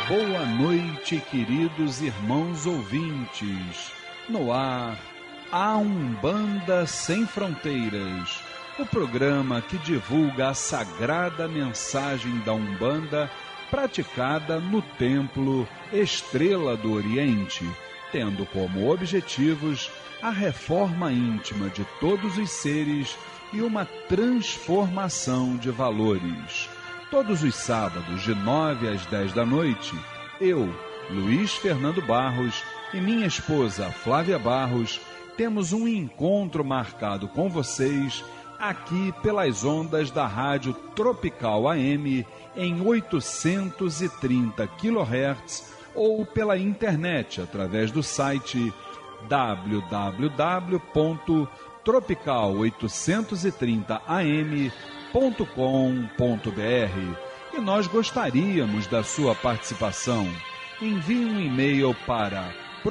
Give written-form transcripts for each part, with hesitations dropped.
Boa noite, queridos irmãos ouvintes. No ar, a Umbanda Sem Fronteiras, o programa que divulga a sagrada mensagem da Umbanda praticada no Templo Estrela do Oriente, tendo como objetivos a reforma íntima de todos os seres e uma transformação de valores. Todos os sábados, de 9 às 10 da noite, eu, Luiz Fernando Barros, e minha esposa Flávia Barros, temos um encontro marcado com vocês aqui pelas ondas da Rádio Tropical AM em 830 kHz ou pela internet através do site www.tropical830am.com.br. E nós gostaríamos da sua participação. Envie um e-mail para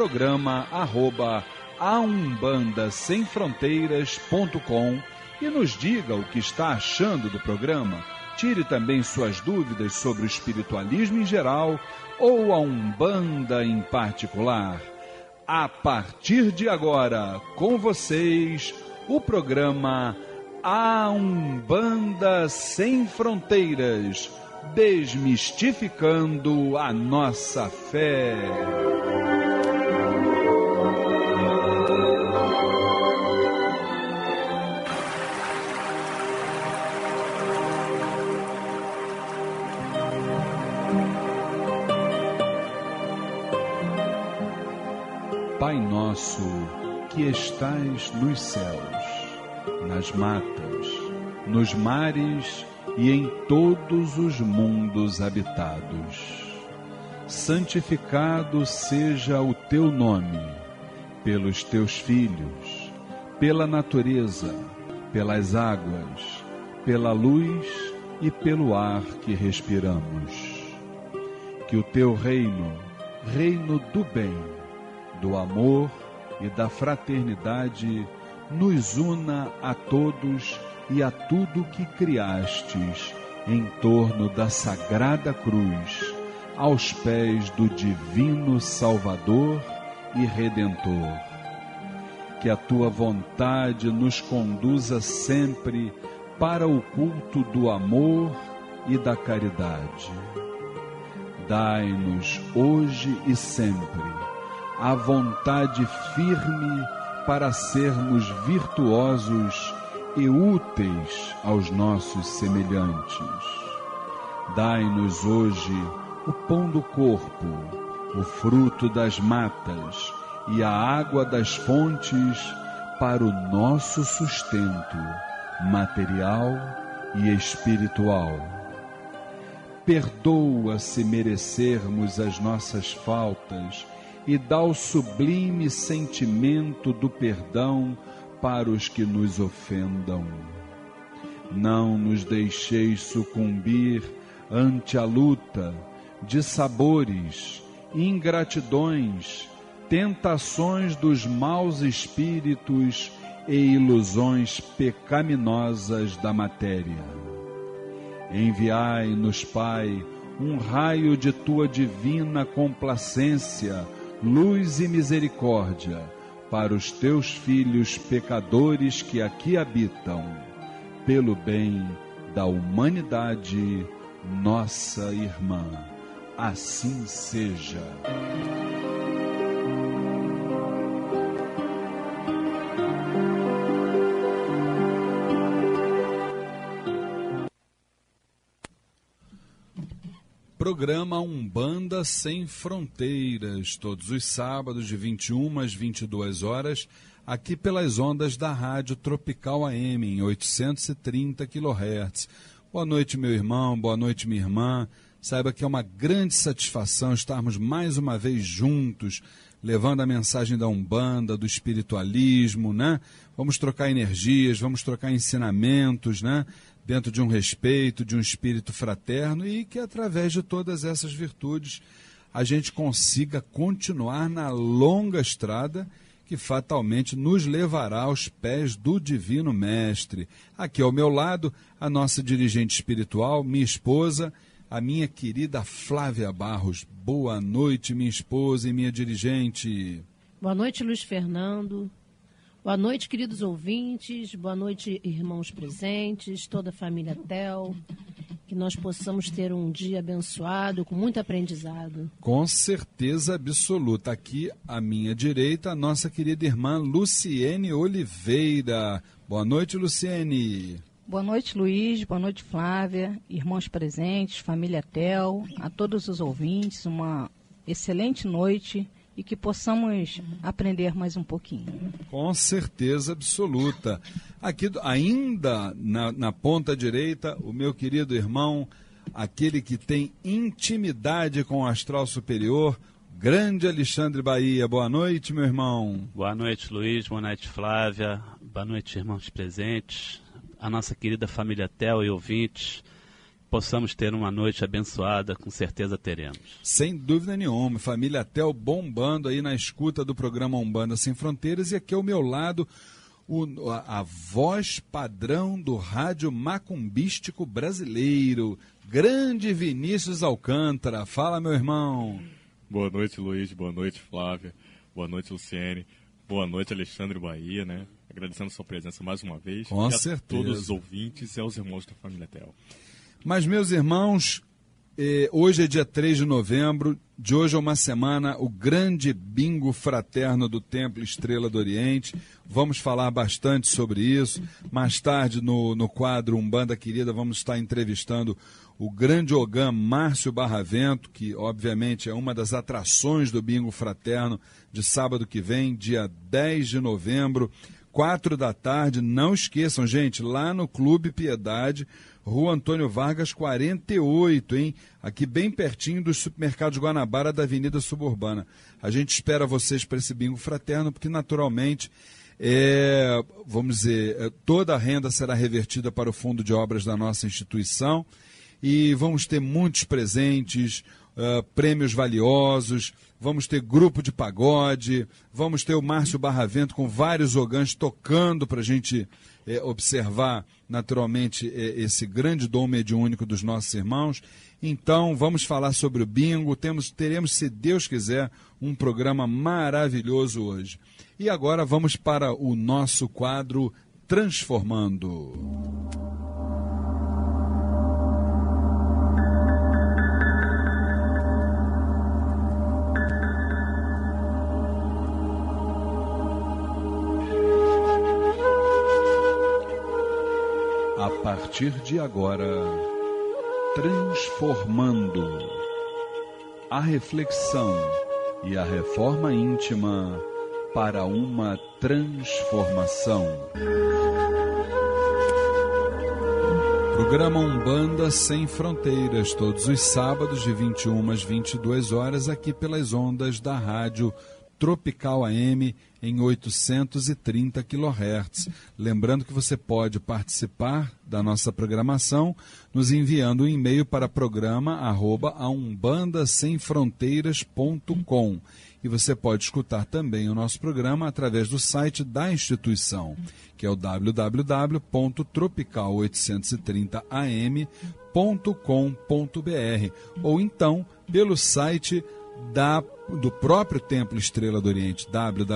programa@aumbandasemfronteiras.com e nos diga o que está achando do programa. Tire também suas dúvidas sobre o espiritualismo em geral ou a Umbanda em particular. A partir de agora, com vocês, o programa A Umbanda Sem Fronteiras, desmistificando a nossa fé. Pai nosso, que estais nos céus, nas matas, nos mares e em todos os mundos habitados, santificado seja o teu nome, pelos teus filhos, pela natureza, pelas águas, pela luz e pelo ar que respiramos. Que o teu reino, reino do bem, do amor e da fraternidade, nos una a todos e a tudo que criastes em torno da sagrada cruz, aos pés do divino Salvador e Redentor. Que a tua vontade nos conduza sempre para o culto do amor e da caridade. Dai-nos hoje e sempre a vontade firme para sermos virtuosos e úteis aos nossos semelhantes. Dai-nos hoje o pão do corpo, o fruto das matas e a água das fontes para o nosso sustento material e espiritual. Perdoa se merecermos as nossas faltas e dá o sublime sentimento do perdão para os que nos ofendam. Não nos deixeis sucumbir ante a luta de sabores, ingratidões, tentações dos maus espíritos e ilusões pecaminosas da matéria. Enviai-nos, Pai, um raio de tua divina complacência, luz e misericórdia para os teus filhos pecadores que aqui habitam, pelo bem da humanidade, nossa irmã. Assim seja. Programa Umbanda Sem Fronteiras, todos os sábados de 21 às 22 horas, aqui pelas ondas da Rádio Tropical AM, em 830 kHz. Boa noite, meu irmão, boa noite, minha irmã. Saiba que é uma grande satisfação estarmos mais uma vez juntos, levando a mensagem da Umbanda, do espiritualismo, né? Vamos trocar energias, vamos trocar ensinamentos, né? Dentro de um respeito, de um espírito fraterno, e que através de todas essas virtudes a gente consiga continuar na longa estrada que fatalmente nos levará aos pés do Divino Mestre. Aqui ao meu lado, a nossa dirigente espiritual, minha esposa, a minha querida Flávia Barros. Boa noite, minha esposa e minha dirigente. Boa noite, Luiz Fernando. Boa noite, queridos ouvintes. Boa noite, irmãos presentes, toda a família Tel. Que nós possamos ter um dia abençoado, com muito aprendizado. Com certeza absoluta. Aqui à minha direita, a nossa querida irmã Luciene Oliveira. Boa noite, Luciene. Boa noite, Luiz. Boa noite, Flávia. Irmãos presentes, família Tel, a todos os ouvintes, uma excelente noite e que possamos aprender mais um pouquinho. Com certeza absoluta. Aqui, ainda na ponta direita, o meu querido irmão, aquele que tem intimidade com o astral superior, grande Alexandre Bahia. Boa noite, meu irmão. Boa noite, Luiz. Boa noite, Flávia. Boa noite, irmãos presentes. A nossa querida família Tel e ouvintes. Possamos ter uma noite abençoada, com certeza teremos. Sem dúvida nenhuma, família Tel bombando aí na escuta do programa Umbanda Sem Fronteiras, e aqui ao meu lado a voz padrão do rádio macumbístico brasileiro, grande Vinícius Alcântara. Fala, meu irmão. Boa noite, Luiz. Boa noite, Flávia. Boa noite, Luciene. Boa noite, Alexandre Bahia, né? Agradecendo a sua presença mais uma vez. Com e certeza. A todos os ouvintes e aos irmãos da família Tel. Mas, meus irmãos, hoje é dia 3 de novembro, de hoje a uma semana, o grande bingo fraterno do Templo Estrela do Oriente. Vamos falar bastante sobre isso. Mais tarde, no quadro Umbanda Querida, vamos estar entrevistando o grande Ogã Márcio Barravento, que obviamente é uma das atrações do bingo fraterno de sábado que vem, dia 10 de novembro, 4 da tarde. Não esqueçam, gente, lá no Clube Piedade, Rua Antônio Vargas, 48, hein? Aqui bem pertinho dos supermercados Guanabara da Avenida Suburbana. A gente espera vocês para esse bingo fraterno, porque naturalmente, vamos dizer, toda a renda será revertida para o fundo de obras da nossa instituição e vamos ter muitos presentes, prêmios valiosos, vamos ter grupo de pagode, vamos ter o Márcio Barravento com vários ogãs tocando para a gente observar naturalmente esse grande dom mediúnico dos nossos irmãos. Então vamos falar sobre o bingo, teremos, se Deus quiser, um programa maravilhoso hoje. E agora vamos para o nosso quadro Transformando. A partir de agora, transformando a reflexão e a reforma íntima para uma transformação. Programa Umbanda Sem Fronteiras, todos os sábados de 21 às 22 horas, aqui pelas ondas da rádio Tropical AM em 830 kHz. Lembrando que você pode participar da nossa programação nos enviando um e-mail para programa@umbandasemfronteiras.com. E você pode escutar também o nosso programa através do site da instituição, que é o www.tropical830am.com.br, ou então pelo site do próprio Templo Estrela do Oriente,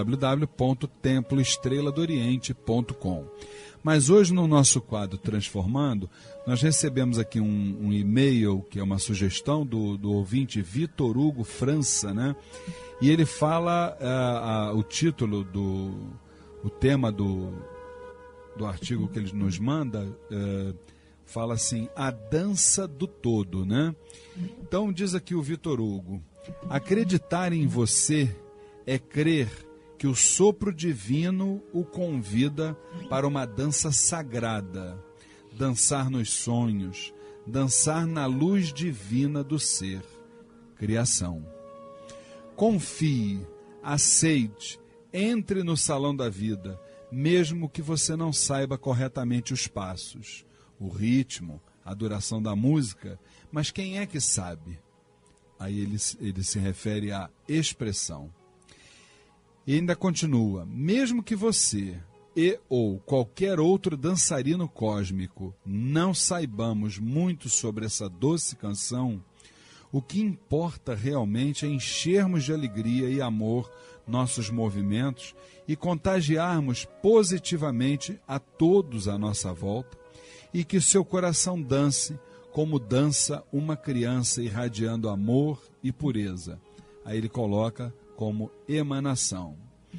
www.temploestreladoriente.com. Mas hoje, no nosso quadro Transformando, nós recebemos aqui um e-mail, que é uma sugestão do ouvinte Vitor Hugo França, né? E ele fala, o título o tema do artigo que ele nos manda, fala assim, a dança do todo, né? Então diz aqui o Vitor Hugo: acreditar em você é crer que o sopro divino o convida para uma dança sagrada, dançar nos sonhos, dançar na luz divina do ser, criação. Confie, aceite, entre no salão da vida, mesmo que você não saiba corretamente os passos, o ritmo, a duração da música, mas quem é que sabe? Aí ele se refere à expressão. E ainda continua, mesmo que você ou qualquer outro dançarino cósmico não saibamos muito sobre essa doce canção, o que importa realmente é enchermos de alegria e amor nossos movimentos e contagiarmos positivamente a todos à nossa volta, e que o seu coração dance como dança uma criança irradiando amor e pureza. Aí ele coloca como emanação.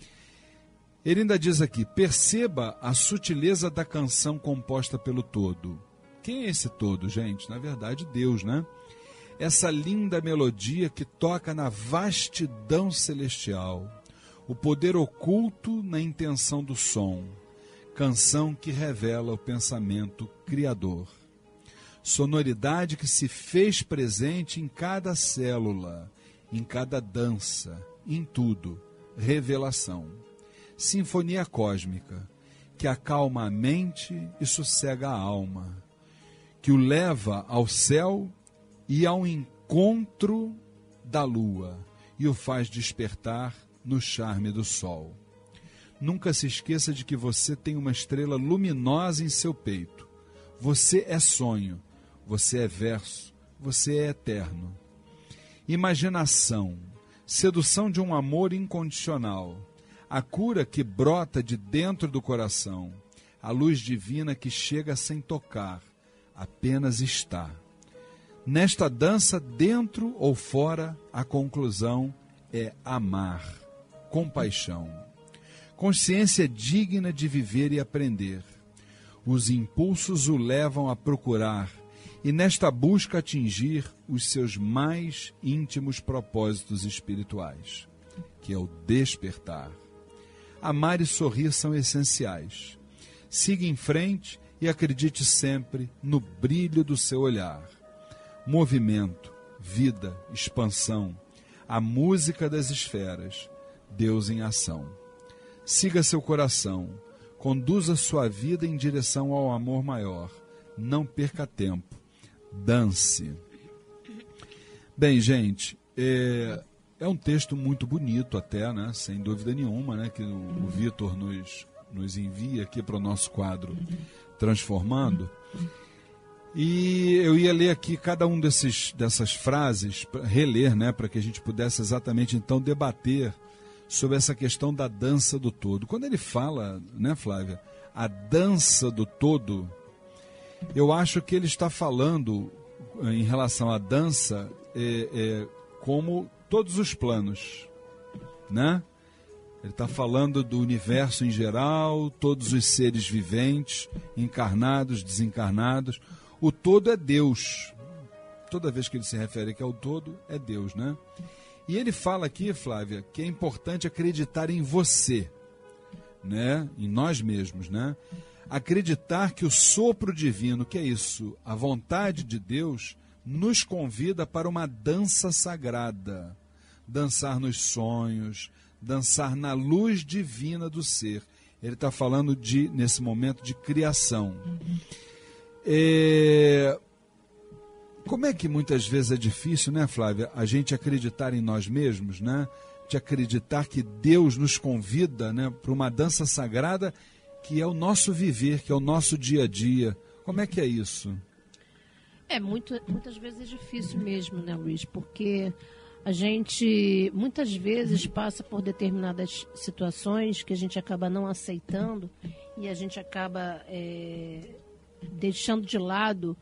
Ele ainda diz aqui: perceba a sutileza da canção composta pelo todo. Quem é esse todo, gente? Na verdade, Deus, né? Essa linda melodia que toca na vastidão celestial, o poder oculto na intenção do som, canção que revela o pensamento criador. Sonoridade que se fez presente em cada célula, em cada dança, em tudo. Revelação. Sinfonia cósmica, que acalma a mente e sossega a alma, que o leva ao céu e ao encontro da lua, e o faz despertar no charme do sol. Nunca se esqueça de que você tem uma estrela luminosa em seu peito. Você é sonho, você é verso, você é eterno. Imaginação, sedução de um amor incondicional, a cura que brota de dentro do coração, a luz divina que chega sem tocar, apenas está. Nesta dança, dentro ou fora, a conclusão é amar, compaixão. Consciência digna de viver e aprender. Os impulsos o levam a procurar e nesta busca atingir os seus mais íntimos propósitos espirituais, que é o despertar. Amar e sorrir são essenciais. Siga em frente e acredite sempre no brilho do seu olhar. Movimento, vida, expansão, a música das esferas, Deus em ação. Siga seu coração, conduza sua vida em direção ao amor maior. Não perca tempo, dance. Bem, gente, é um texto muito bonito até, né? Sem dúvida nenhuma, né? Que o Vitor nos envia aqui para o nosso quadro Transformando. E eu ia ler aqui cada um dessas frases, reler, né? Para que a gente pudesse exatamente então debater sobre essa questão da dança do todo. Quando ele fala, né, Flávia, a dança do todo, eu acho que ele está falando em relação à dança como todos os planos, né? Ele está falando do universo em geral, todos os seres viventes, encarnados, desencarnados. O todo é Deus. Toda vez que ele se refere aqui ao todo, é Deus, né? E ele fala aqui, Flávia, que é importante acreditar em você, né? Em nós mesmos, né? Acreditar que o sopro divino, que é isso, a vontade de Deus, nos convida para uma dança sagrada. Dançar nos sonhos, dançar na luz divina do ser. Ele está falando nesse momento de criação. Como é que muitas vezes é difícil, né, Flávia, a gente acreditar em nós mesmos, né? De acreditar que Deus nos convida, né, para uma dança sagrada que é o nosso viver, que é o nosso dia a dia. Como é que é isso? Muitas vezes é difícil mesmo, né, Luiz? Porque a gente muitas vezes passa por determinadas situações que a gente acaba não aceitando e a gente acaba deixando de lado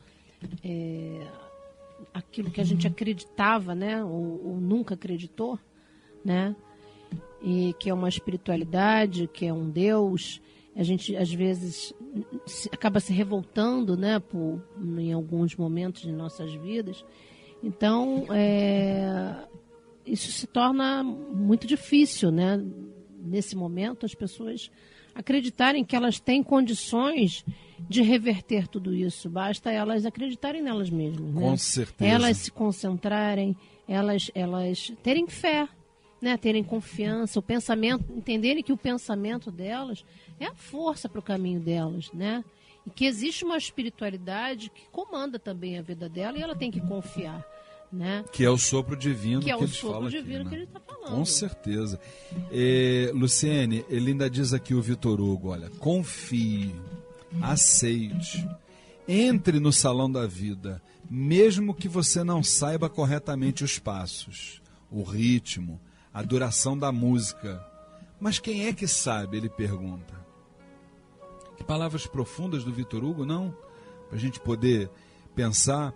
aquilo que a gente acreditava, né, ou nunca acreditou, né, e que é uma espiritualidade, que é um Deus. A gente às vezes acaba se revoltando, né, em alguns momentos de nossas vidas. Então isso se torna muito difícil, né, nesse momento as pessoas acreditarem que elas têm condições de reverter tudo isso. Basta elas acreditarem nelas mesmas, né? Com certeza. Elas se concentrarem, elas terem fé, né? Terem confiança, o pensamento, entenderem que o pensamento delas é a força para o caminho delas, né? E que existe uma espiritualidade que comanda também a vida dela e ela tem que confiar, né? Que é o sopro divino Que é o eles sopro falam divino aqui, que né? ele está falando. Com certeza. Luciene, ele ainda diz aqui, o Vitor Hugo, olha, confie, aceite, entre no salão da vida, mesmo que você não saiba corretamente os passos, o ritmo, a duração da música. Mas quem é que sabe? Ele pergunta. Que palavras profundas do Vitor Hugo, não? Para a gente poder pensar.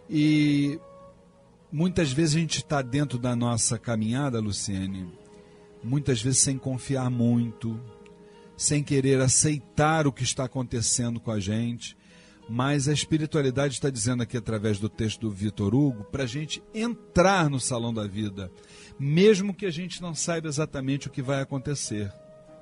E muitas vezes a gente está dentro da nossa caminhada, Luciene, muitas vezes sem confiar muito, sem querer aceitar o que está acontecendo com a gente. Mas a espiritualidade está dizendo aqui, através do texto do Vitor Hugo, para a gente entrar no salão da vida, mesmo que a gente não saiba exatamente o que vai acontecer.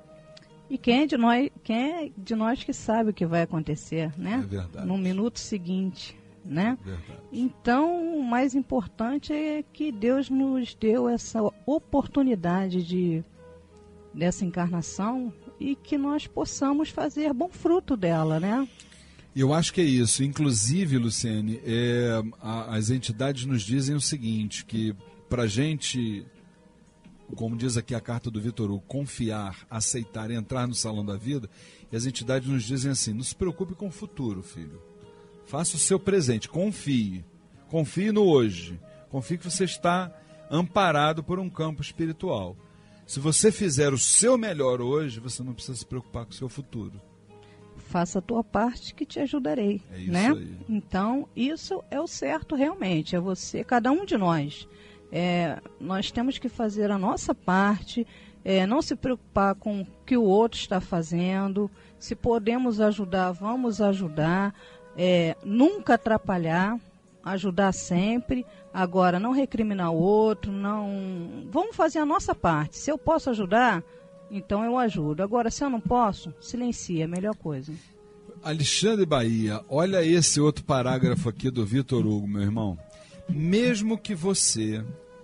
E quem é de nós que sabe o que vai acontecer, né? É verdade. No minuto seguinte, né? É verdade. Então, o mais importante é que Deus nos deu essa oportunidade dessa encarnação e que nós possamos fazer bom fruto dela, né? Eu acho que é isso. Inclusive, Luciene, as entidades nos dizem o seguinte, que para a gente, como diz aqui a carta do Vitor Hugo, confiar, aceitar, entrar no salão da vida, e as entidades nos dizem assim, não se preocupe com o futuro, filho. Faça o seu presente, confie. Confie no hoje. Confie que você está amparado por um campo espiritual. Se você fizer o seu melhor hoje, você não precisa se preocupar com o seu futuro. Faça a tua parte que te ajudarei, É isso né? aí. Então, isso é o certo realmente, é você, cada um de nós. Nós temos que fazer a nossa parte, não se preocupar com o que o outro está fazendo. Se podemos ajudar, vamos ajudar. Nunca atrapalhar, ajudar sempre. Agora, não recriminar o outro, não. Vamos fazer a nossa parte. Se eu posso ajudar, então eu ajudo. Agora, se eu não posso, silencia, é a melhor coisa. Alexandre Bahia, olha esse outro parágrafo aqui do Vitor Hugo, meu irmão. Mesmo que você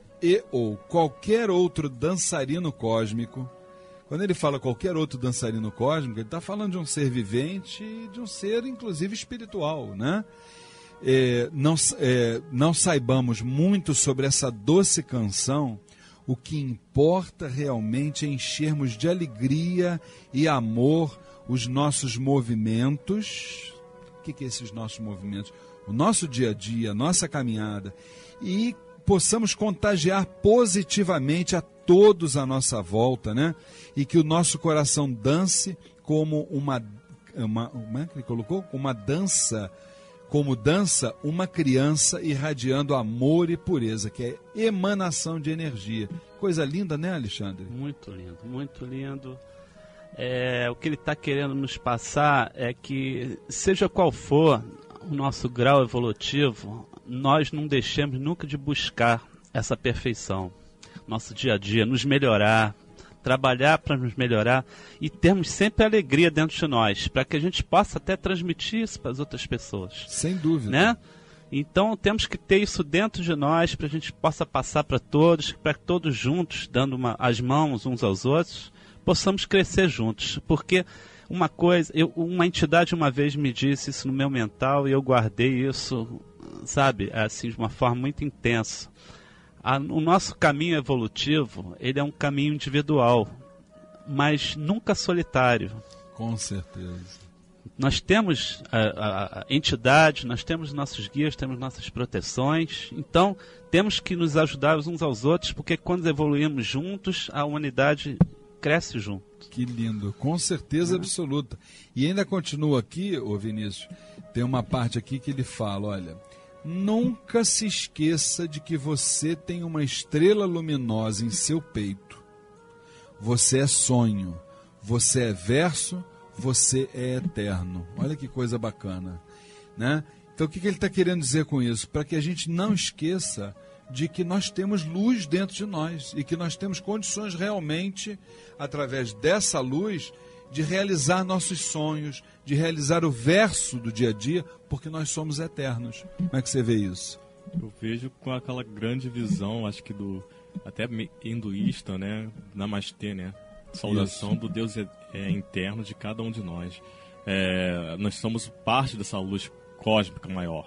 ou qualquer outro dançarino cósmico, quando ele fala qualquer outro dançarino cósmico, ele está falando de um ser vivente e de um ser, inclusive, espiritual, né? Não saibamos muito sobre essa doce canção, o que importa realmente é enchermos de alegria e amor os nossos movimentos. O que é esses nossos movimentos? O nosso dia a dia, a nossa caminhada, e possamos contagiar positivamente a todos à nossa volta, né? E que o nosso coração dance como como é que ele colocou? Uma dança, como dança uma criança irradiando amor e pureza, que é emanação de energia. Coisa linda, né, Alexandre? Muito lindo, muito lindo. O que ele está querendo nos passar é que, seja qual for o nosso grau evolutivo, nós não deixemos nunca de buscar essa perfeição. Nosso dia a dia, nos melhorar, trabalhar para nos melhorar e termos sempre alegria dentro de nós, para que a gente possa até transmitir isso para as outras pessoas. Sem dúvida. Né? Então temos que ter isso dentro de nós, para a gente possa passar para todos juntos, dando as mãos uns aos outros, possamos crescer juntos. Porque uma entidade uma vez me disse isso no meu mental e eu guardei isso, sabe, assim, de uma forma muito intensa. O nosso caminho evolutivo, ele é um caminho individual, mas nunca solitário. Com certeza. Nós temos a entidade, nós temos nossos guias, temos nossas proteções, então temos que nos ajudar uns aos outros, porque quando evoluímos juntos, a humanidade cresce junto. Que lindo, com certeza absoluta. E ainda continua aqui, ô Vinícius, tem uma parte aqui que ele fala, olha, nunca se esqueça de que você tem uma estrela luminosa em seu peito. Você é sonho, você é verso, você é eterno. Olha que coisa bacana, né? Então o que ele está querendo dizer com isso? Para que a gente não esqueça de que nós temos luz dentro de nós e que nós temos condições realmente, através dessa luz, de realizar nossos sonhos, de realizar o verso do dia a dia, porque nós somos eternos. Como é que você vê isso? Eu vejo com aquela grande visão, acho que até hinduísta, né? Namastê, né? Saudação do Deus interno de cada um de nós. Nós somos parte dessa luz cósmica maior.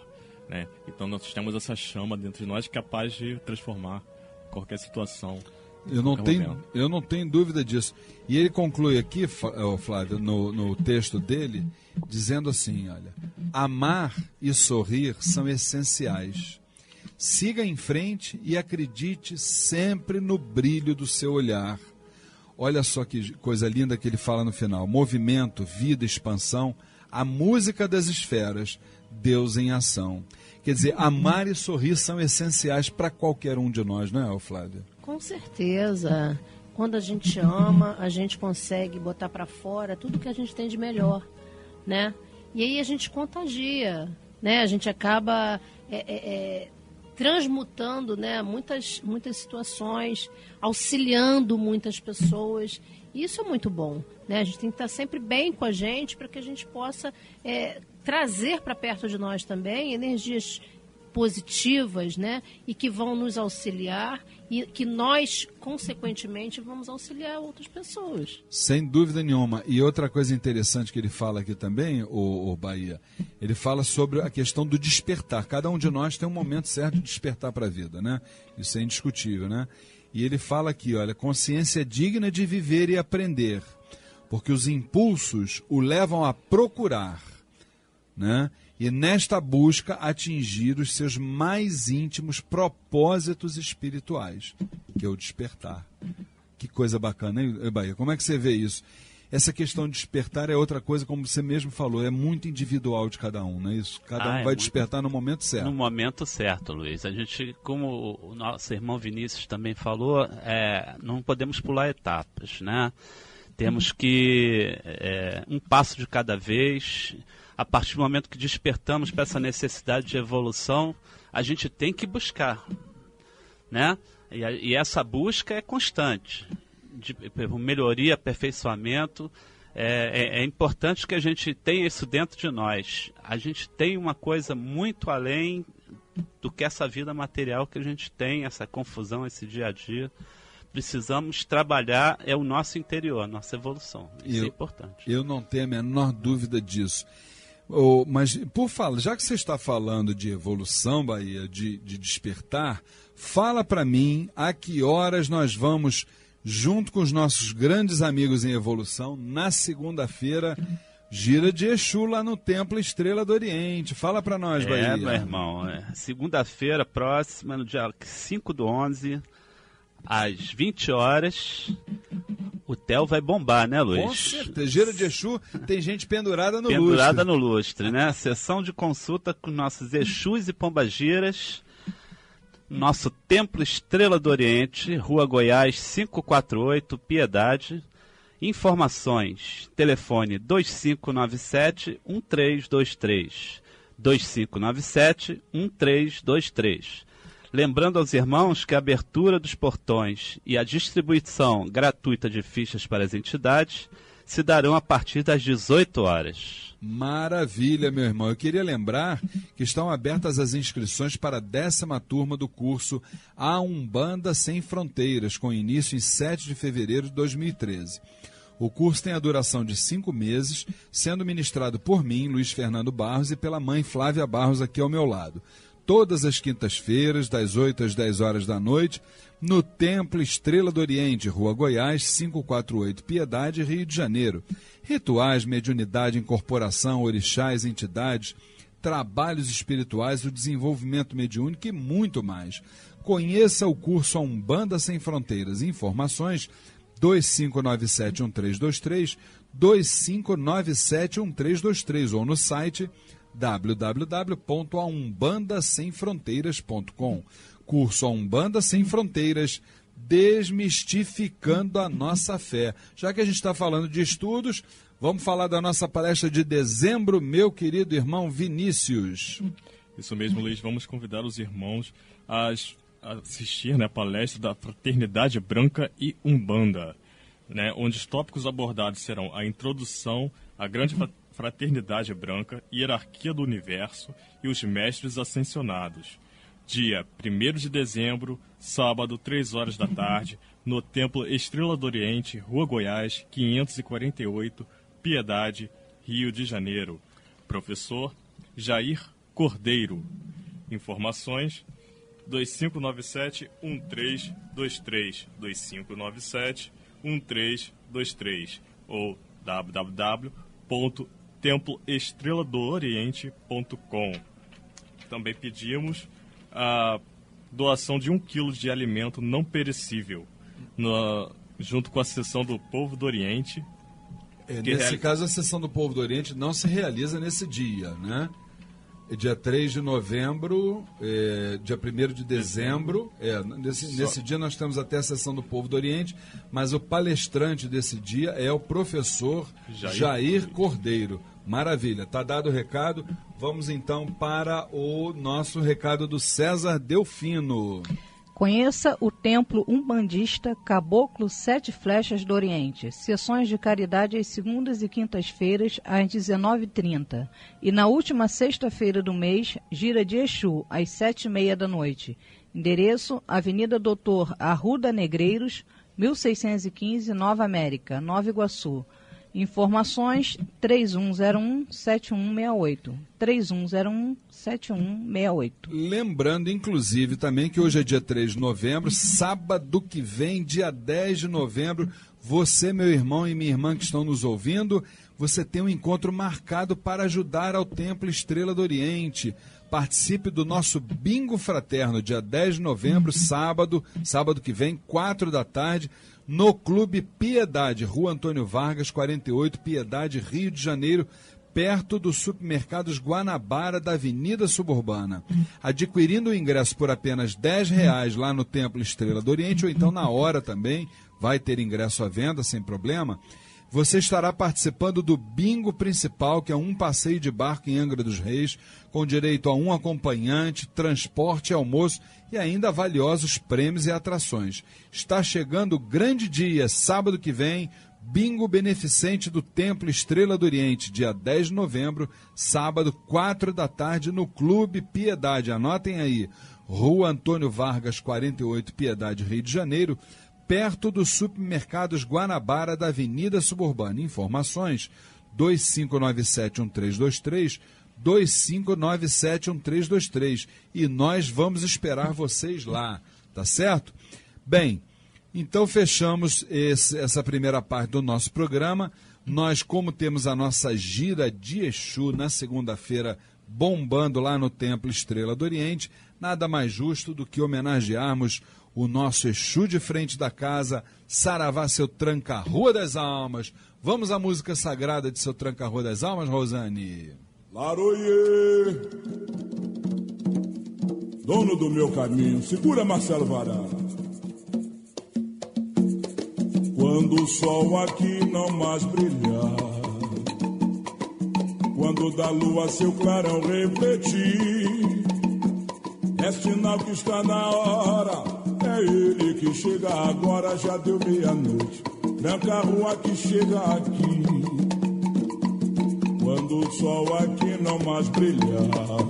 né? Então nós temos essa chama dentro de nós capaz de transformar qualquer situação. Eu não tenho dúvida disso. E ele conclui aqui, Flávio, no texto dele, dizendo assim, olha, amar e sorrir são essenciais. Siga em frente e acredite sempre no brilho do seu olhar. Olha só que coisa linda que ele fala no final. Movimento, vida, expansão, a música das esferas, Deus em ação. Quer dizer, amar e sorrir são essenciais para qualquer um de nós, não é, Flávia? Com certeza. Quando a gente ama, a gente consegue botar para fora tudo que a gente tem de melhor, né? E aí a gente contagia, né? A gente acaba transmutando, né, muitas situações, auxiliando muitas pessoas. E isso é muito bom, né? A gente tem que estar sempre bem com a gente para que a gente possa trazer para perto de nós também energias positivas, né? E que vão nos auxiliar e que nós, consequentemente, vamos auxiliar outras pessoas. Sem dúvida nenhuma. E outra coisa interessante que ele fala aqui também, o Bahia, ele fala sobre a questão do despertar. Cada um de nós tem um momento certo de despertar para a vida, né? Isso é indiscutível, né? E ele fala aqui, olha, consciência digna de viver e aprender, porque os impulsos o levam a procurar, né? E nesta busca atingir os seus mais íntimos propósitos espirituais, que é o despertar. Que coisa bacana, hein, Bahia? Como é que você vê isso? Essa questão de despertar é outra coisa, como você mesmo falou, é muito individual de cada um, não é isso? Cada um vai despertar no momento certo. No momento certo, Luiz. A gente, como o nosso irmão Vinícius também falou, não podemos pular etapas, né? Temos que um passo de cada vez. A partir do momento que despertamos para essa necessidade de evolução, a gente tem que buscar, né? E essa busca é constante, de melhoria, aperfeiçoamento. É importante que a gente tenha isso dentro de nós. A gente tem uma coisa muito além do que essa vida material que a gente tem, essa confusão, esse dia a dia. Precisamos trabalhar o nosso interior, a nossa evolução. Isso é importante. Eu não tenho a menor dúvida disso. Mas, por falar, já que você está falando de evolução, Bahia, de despertar, fala para mim a que horas nós vamos, junto com os nossos grandes amigos em evolução, na segunda-feira, gira de Exu lá no Templo Estrela do Oriente. Fala para nós, Bahia. Meu irmão, segunda-feira próxima, no dia 5/11, às 20 horas... O Theo vai bombar, né, Luiz? Com certeza. Gira de Exu, tem gente pendurada no lustre. Pendurada no lustre, né? Sessão de consulta com nossos Exus e Pombagiras. Nosso Templo Estrela do Oriente, Rua Goiás 548, Piedade. Informações, telefone 2597-1323. 2597-1323. Lembrando aos irmãos que a abertura dos portões e a distribuição gratuita de fichas para as entidades se darão a partir das 18 horas. Maravilha, meu irmão. Eu queria lembrar que estão abertas as inscrições para a 10ª turma do curso A Umbanda Sem Fronteiras, com início em 7 de fevereiro de 2013. O curso tem a duração de 5 meses, sendo ministrado por mim, Luiz Fernando Barros, e pela mãe Flávia Barros, aqui ao meu lado. Todas as quintas-feiras, das 8 às 10 horas da noite, no Templo Estrela do Oriente, Rua Goiás, 548, Piedade, Rio de Janeiro. Rituais, mediunidade, incorporação, orixás, entidades, trabalhos espirituais, o desenvolvimento mediúnico e muito mais. Conheça o curso A Umbanda Sem Fronteiras. Informações 2597-1323, 2597-1323 ou no site www.aumbandasemfronteiras.com. Curso A Umbanda Sem Fronteiras, desmistificando a nossa fé. Já que a gente está falando de estudos, vamos falar da nossa palestra de dezembro, meu querido irmão Vinícius. Isso mesmo, Luiz. Vamos convidar os irmãos a assistir, né, a palestra da Fraternidade Branca e Umbanda, né, onde os tópicos abordados serão a introdução à grande Fraternidade Branca, hierarquia do universo e os mestres ascensionados. Dia 1º de dezembro, sábado, 3 horas da tarde, no Templo Estrela do Oriente, Rua Goiás, 548, Piedade, Rio de Janeiro. Professor Jair Cordeiro. Informações 2597-1323, 2597-1323 ou www.temploestreladooriente.com. Também pedimos a doação de 1 quilo de alimento não perecível, junto com a Sessão do Povo do Oriente. Nesse caso, a Sessão do Povo do Oriente não se realiza nesse dia, né? Dia 3 de novembro, dia 1º de dezembro. Nesse dia nós temos até a Sessão do Povo do Oriente, mas o palestrante desse dia é o professor Jair Cordeiro. Maravilha, está dado o recado. Vamos então para o nosso recado do César Delfino. Conheça o Templo Umbandista Caboclo 7 Flechas do Oriente. Sessões de caridade às segundas e quintas-feiras, às 19h30. E na última sexta-feira do mês, gira de Exu, às 7h30 da noite. Endereço, Avenida Doutor Arruda Negreiros, 1615, Nova América, Nova Iguaçu. Informações 3101-7168. 3101-7168. Lembrando, inclusive, também que hoje é dia 3 de novembro, sábado que vem, dia 10 de novembro, você, meu irmão e minha irmã que estão nos ouvindo, você tem um encontro marcado para ajudar ao Templo Estrela do Oriente. Participe do nosso Bingo Fraterno, dia 10 de novembro, sábado que vem, 4 da tarde, no Clube Piedade, Rua Antônio Vargas, 48, Piedade, Rio de Janeiro, perto dos supermercados Guanabara da Avenida Suburbana. Adquirindo o ingresso por apenas R$10 lá no Templo Estrela do Oriente, ou então na hora também, vai ter ingresso à venda sem problema, você estará participando do bingo principal, que é um passeio de barco em Angra dos Reis, com direito a um acompanhante, transporte e almoço e ainda valiosos prêmios e atrações. Está chegando o grande dia, sábado que vem, bingo beneficente do Templo Estrela do Oriente, dia 10 de novembro, sábado, 4 da tarde, no Clube Piedade. Anotem aí, Rua Antônio Vargas, 48, Piedade, Rio de Janeiro, perto dos supermercados Guanabara da Avenida Suburbana. Informações 2597-1323, 2597-1323. E nós vamos esperar vocês lá, tá certo? Bem, então fechamos essa primeira parte do nosso programa. Nós, como temos a nossa gira de Exu na segunda-feira, bombando lá no Templo Estrela do Oriente, nada mais justo do que homenagearmos o nosso Exu de frente da casa, Saravá, seu Tranca-Rua das Almas. Vamos à música sagrada de seu Tranca-Rua das Almas, Rosane? Laroie, dono do meu caminho, segura Marcelo Varão. Quando o sol aqui não mais brilhar, quando da lua seu clarão refletir, é sinal que está na hora. É ele que chega agora, já deu meia-noite. Tranca-Rua que chega aqui. Quando o sol aqui não mais brilhar,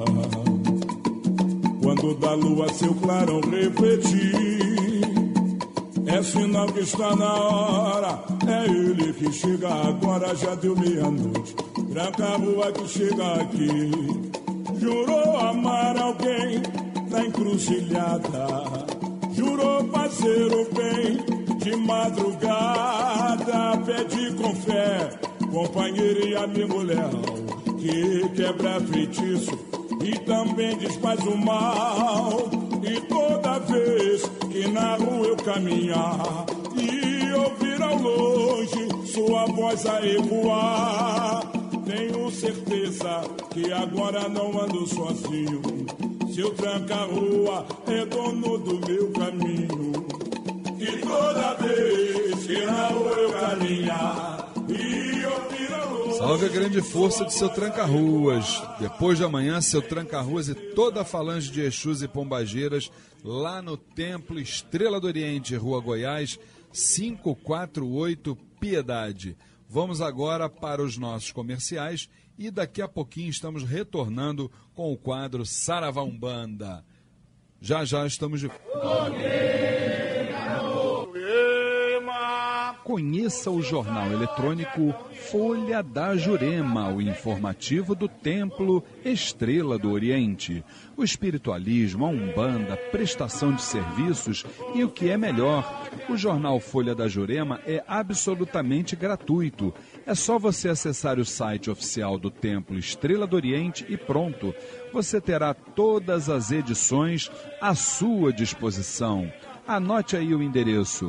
quando da lua seu clarão refletir, é sinal que está na hora. É ele que chega agora, já deu meia-noite. Tranca-Rua que chega aqui. Jurou amar alguém na encruzilhada, jurou fazer o bem de madrugada, pede com fé, companheiro e amigo leal, que quebra feitiço e também desfaz o mal. E toda vez que na rua eu caminhar e ouvir ao longe sua voz a ecoar, tenho certeza que agora não ando sozinho. Seu Tranca-Rua é dono do meu caminho. E toda vez que na rua eu caminhar e ouvir ao longe... Salve a grande força de seu Tranca-Ruas. Depois de amanhã, seu Tranca-Ruas e toda a falange de Exus e Pombageiras lá no Templo Estrela do Oriente, Rua Goiás, 548, Piedade. Vamos agora para os nossos comerciais e daqui a pouquinho estamos retornando com o quadro Saravá Umbanda. Já estamos de... Conheça o jornal eletrônico Folha da Jurema, o informativo do Templo Estrela do Oriente. O espiritualismo, a umbanda, prestação de serviços e o que é melhor, o jornal Folha da Jurema é absolutamente gratuito. É só você acessar o site oficial do Templo Estrela do Oriente e pronto. Você terá todas as edições à sua disposição. Anote aí o endereço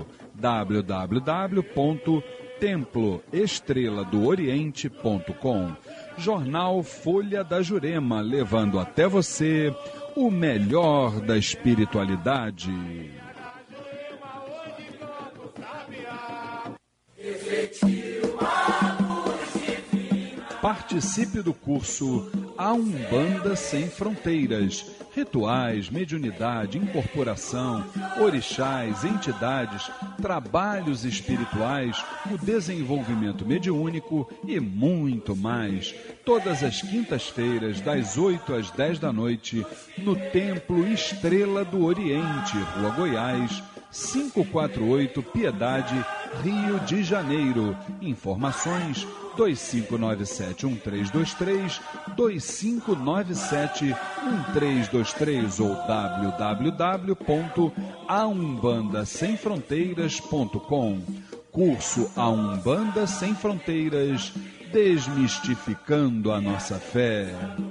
www.temploestreladooriente.com. Jornal Folha da Jurema, levando até você o melhor da espiritualidade. Participe do curso A Umbanda Sem Fronteiras. Rituais, mediunidade, incorporação, orixás, entidades, trabalhos espirituais, o desenvolvimento mediúnico e muito mais. Todas as quintas-feiras, das 8 às 10 da noite, no Templo Estrela do Oriente, Rua Goiás, 548, Piedade, Rio de Janeiro. Informações 2597-1323, 2597-1323 ou www.aumbandasemfronteiras.com. Curso A Umbanda Sem Fronteiras, desmistificando a nossa fé.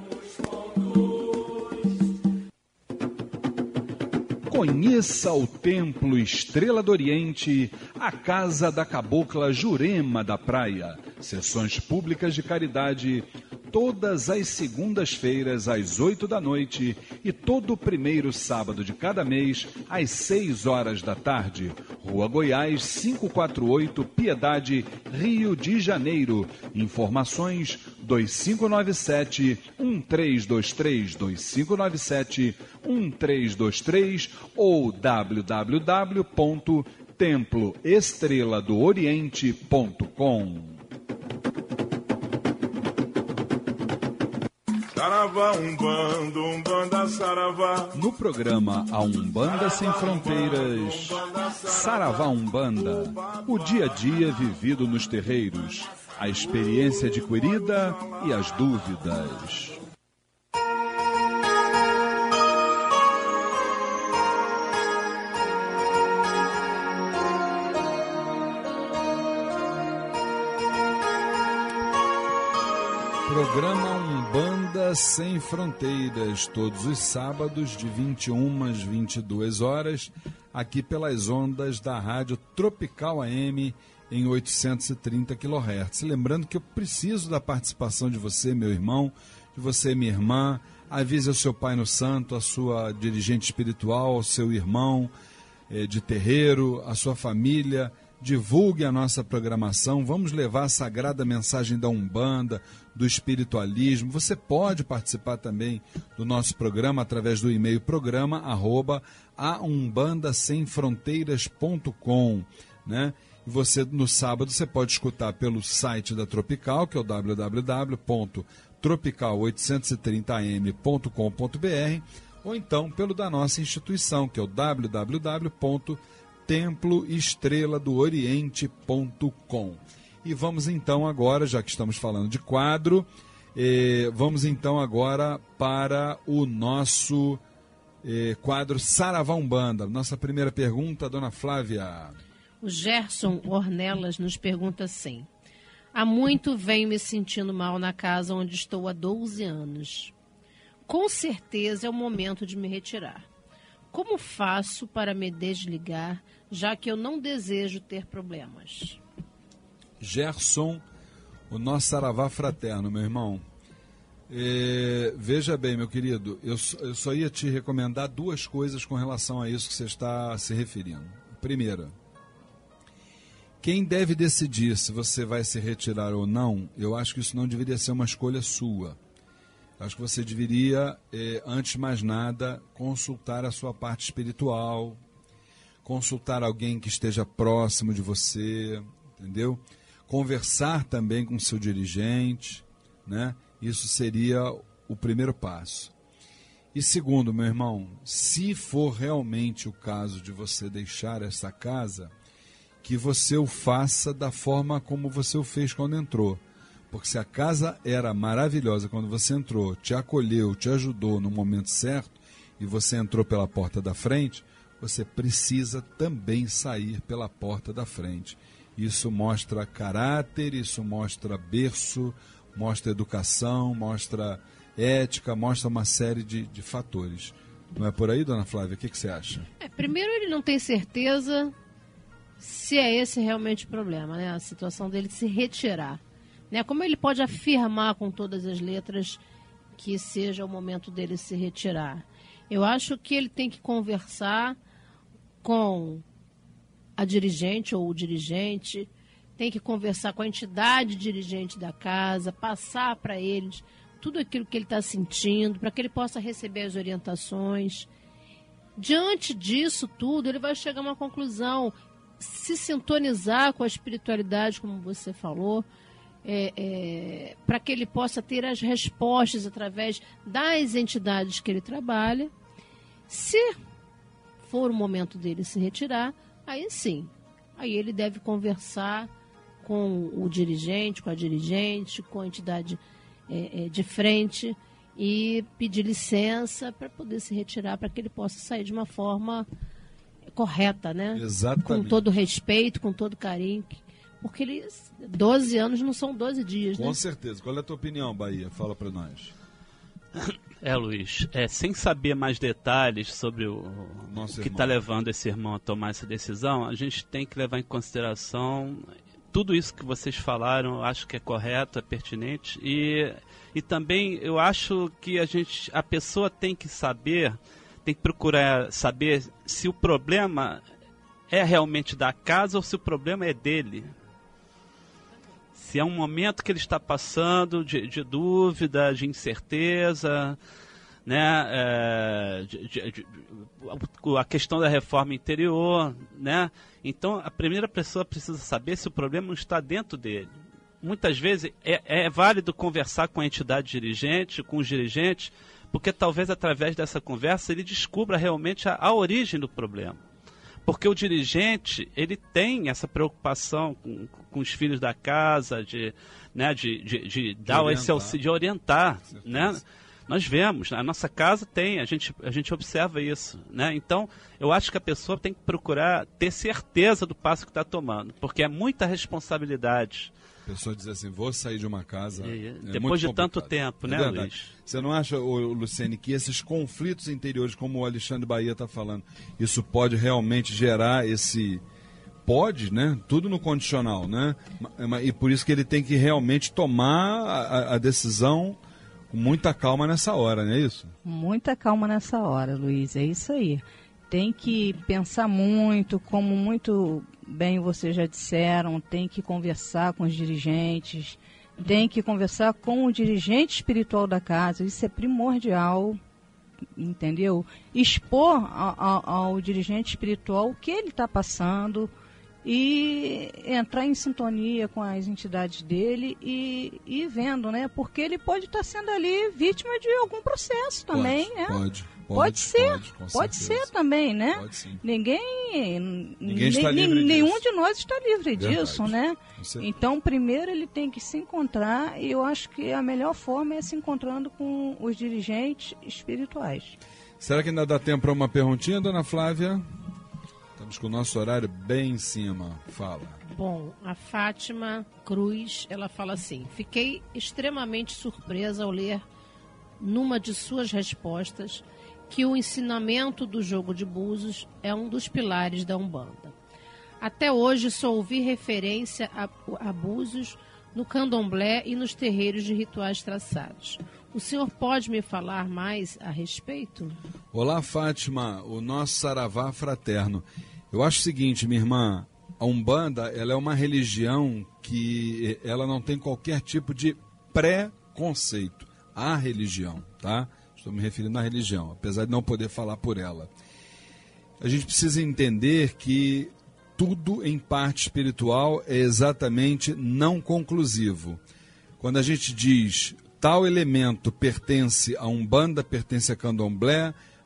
Conheça o Templo Estrela do Oriente, a casa da cabocla Jurema da Praia. Sessões públicas de caridade, todas as segundas-feiras às 8 da noite e todo primeiro sábado de cada mês às 6 horas da tarde. Rua Goiás, 548, Piedade, Rio de Janeiro. Informações 2597-1323, 2597-1323 ou www.temploestreladooriente.com. Saravá, umbanda, umbanda, saravá. No programa A Umbanda Sem Fronteiras, Saravá Umbanda, o dia a dia vivido nos terreiros, a experiência adquirida e as dúvidas. Programa Umbanda Sem Fronteiras, todos os sábados de 21 às 22 horas, aqui pelas ondas da Rádio Tropical AM em 830 kHz. Lembrando que eu preciso da participação de você, meu irmão, de você, minha irmã. Avise ao seu pai no santo, a sua dirigente espiritual, ao seu irmão de terreiro, a sua família. Divulgue a nossa programação, vamos levar a sagrada mensagem da Umbanda, do espiritualismo. Você pode participar também do nosso programa através do e-mail programa@aumbandasemfronteiras.com, né? E você, no sábado, você pode escutar pelo site da Tropical, que é o www.tropical830am.com.br, ou então pelo da nossa instituição, que é o www.temploestreladooriente.com. E vamos então agora, já que estamos falando de quadro, vamos então agora para o nosso quadro Saravá Umbanda. Nossa primeira pergunta, dona Flávia. O Gerson Ornelas nos pergunta assim: há muito venho me sentindo mal na casa onde estou há 12 anos. Com certeza é o momento de me retirar. Como faço para me desligar, já que eu não desejo ter problemas? Gerson, o nosso saravá fraterno, meu irmão. Veja bem, meu querido, eu só ia te recomendar duas coisas com relação a isso que você está se referindo. Primeira, quem deve decidir se você vai se retirar ou não, eu acho que isso não deveria ser uma escolha sua. Acho que você deveria, antes de mais nada, consultar a sua parte espiritual, consultar alguém que esteja próximo de você, entendeu? Conversar também com o seu dirigente, né? Isso seria o primeiro passo. E segundo, meu irmão, se for realmente o caso de você deixar essa casa, que você o faça da forma como você o fez quando entrou. Porque se a casa era maravilhosa quando você entrou, te acolheu, te ajudou no momento certo, e você entrou pela porta da frente, você precisa também sair pela porta da frente. Isso mostra caráter, isso mostra berço, mostra educação, mostra ética, mostra uma série de fatores. Não é por aí, dona Flávia? O que você acha? Primeiro, ele não tem certeza se é esse realmente o problema, né? A situação dele de se retirar. Né? Como ele pode afirmar com todas as letras que seja o momento dele se retirar? Eu acho que ele tem que conversar com a dirigente ou o dirigente, tem que conversar com a entidade dirigente da casa, passar para eles tudo aquilo que ele está sentindo, para que ele possa receber as orientações. Diante disso tudo, ele vai chegar a uma conclusão, se sintonizar com a espiritualidade, como você falou, para que ele possa ter as respostas através das entidades que ele trabalha. Se for o momento dele se retirar, aí sim, aí ele deve conversar com o dirigente, com a dirigente, com a entidade de frente e pedir licença para poder se retirar, para que ele possa sair de uma forma correta, né? Exatamente. Com todo respeito, com todo carinho, porque 12 anos não são 12 dias, Com né? certeza. Qual é a tua opinião, Bahia? Fala para nós. Luiz, sem saber mais detalhes sobre o que está levando esse irmão a tomar essa decisão, a gente tem que levar em consideração tudo isso que vocês falaram. Eu acho que é correto, é pertinente, e também eu acho que a pessoa tem que procurar saber se o problema é realmente da casa ou se o problema é dele. Se é um momento que ele está passando de dúvida, de incerteza, né? A questão da reforma interior, né? Então, a primeira pessoa precisa saber se o problema não está dentro dele. Muitas vezes é válido conversar com a entidade dirigente, com os dirigentes, porque talvez através dessa conversa ele descubra realmente a origem do problema. Porque o dirigente, ele tem essa preocupação com os filhos da casa, de dar esse auxílio, de orientar, né? Nós vemos, a nossa casa tem, a gente observa isso, né? Então, eu acho que a pessoa tem que procurar ter certeza do passo que está tomando, porque é muita responsabilidade. A pessoa diz assim, vou sair de uma casa... depois de tanto tempo, né, verdade. Luiz? Você não acha, Luciene, que esses conflitos interiores, como o Alexandre Bahia está falando, isso pode realmente gerar esse... Pode, né? Tudo no condicional, né? E por isso que ele tem que realmente tomar a decisão com muita calma nessa hora, não é isso? Muita calma nessa hora, Luiz, é isso aí. Tem que pensar muito, como muito bem vocês já disseram, tem que conversar com os dirigentes, tem que conversar com o dirigente espiritual da casa, isso é primordial, entendeu? Expor ao dirigente espiritual o que ele está passando e entrar em sintonia com as entidades dele e vendo, né? Porque ele pode estar sendo ali vítima de algum processo também, né? Pode ser também, né? Pode, sim. Ninguém está livre nenhum disso. de nós está livre Verdade. disso, né? Então, primeiro ele tem que se encontrar, e eu acho que a melhor forma é se encontrando com os dirigentes espirituais. Será que ainda dá tempo para uma perguntinha, dona Flávia? Estamos com o nosso horário bem em cima. Fala. Bom, a Fátima Cruz, ela fala assim: fiquei extremamente surpresa ao ler numa de suas respostas que o ensinamento do jogo de búzios é um dos pilares da Umbanda. Até hoje só ouvi referência a búzios no candomblé e nos terreiros de rituais traçados. O senhor pode me falar mais a respeito? Olá, Fátima, o nosso saravá fraterno. Eu acho o seguinte, minha irmã, a Umbanda, ela é uma religião que ela não tem qualquer tipo de preconceito. A religião, tá? Estou me referindo à religião, apesar de não poder falar por ela. A gente precisa entender que tudo em parte espiritual é exatamente não conclusivo. Quando a gente diz tal elemento pertence a Umbanda, pertence a Candomblé,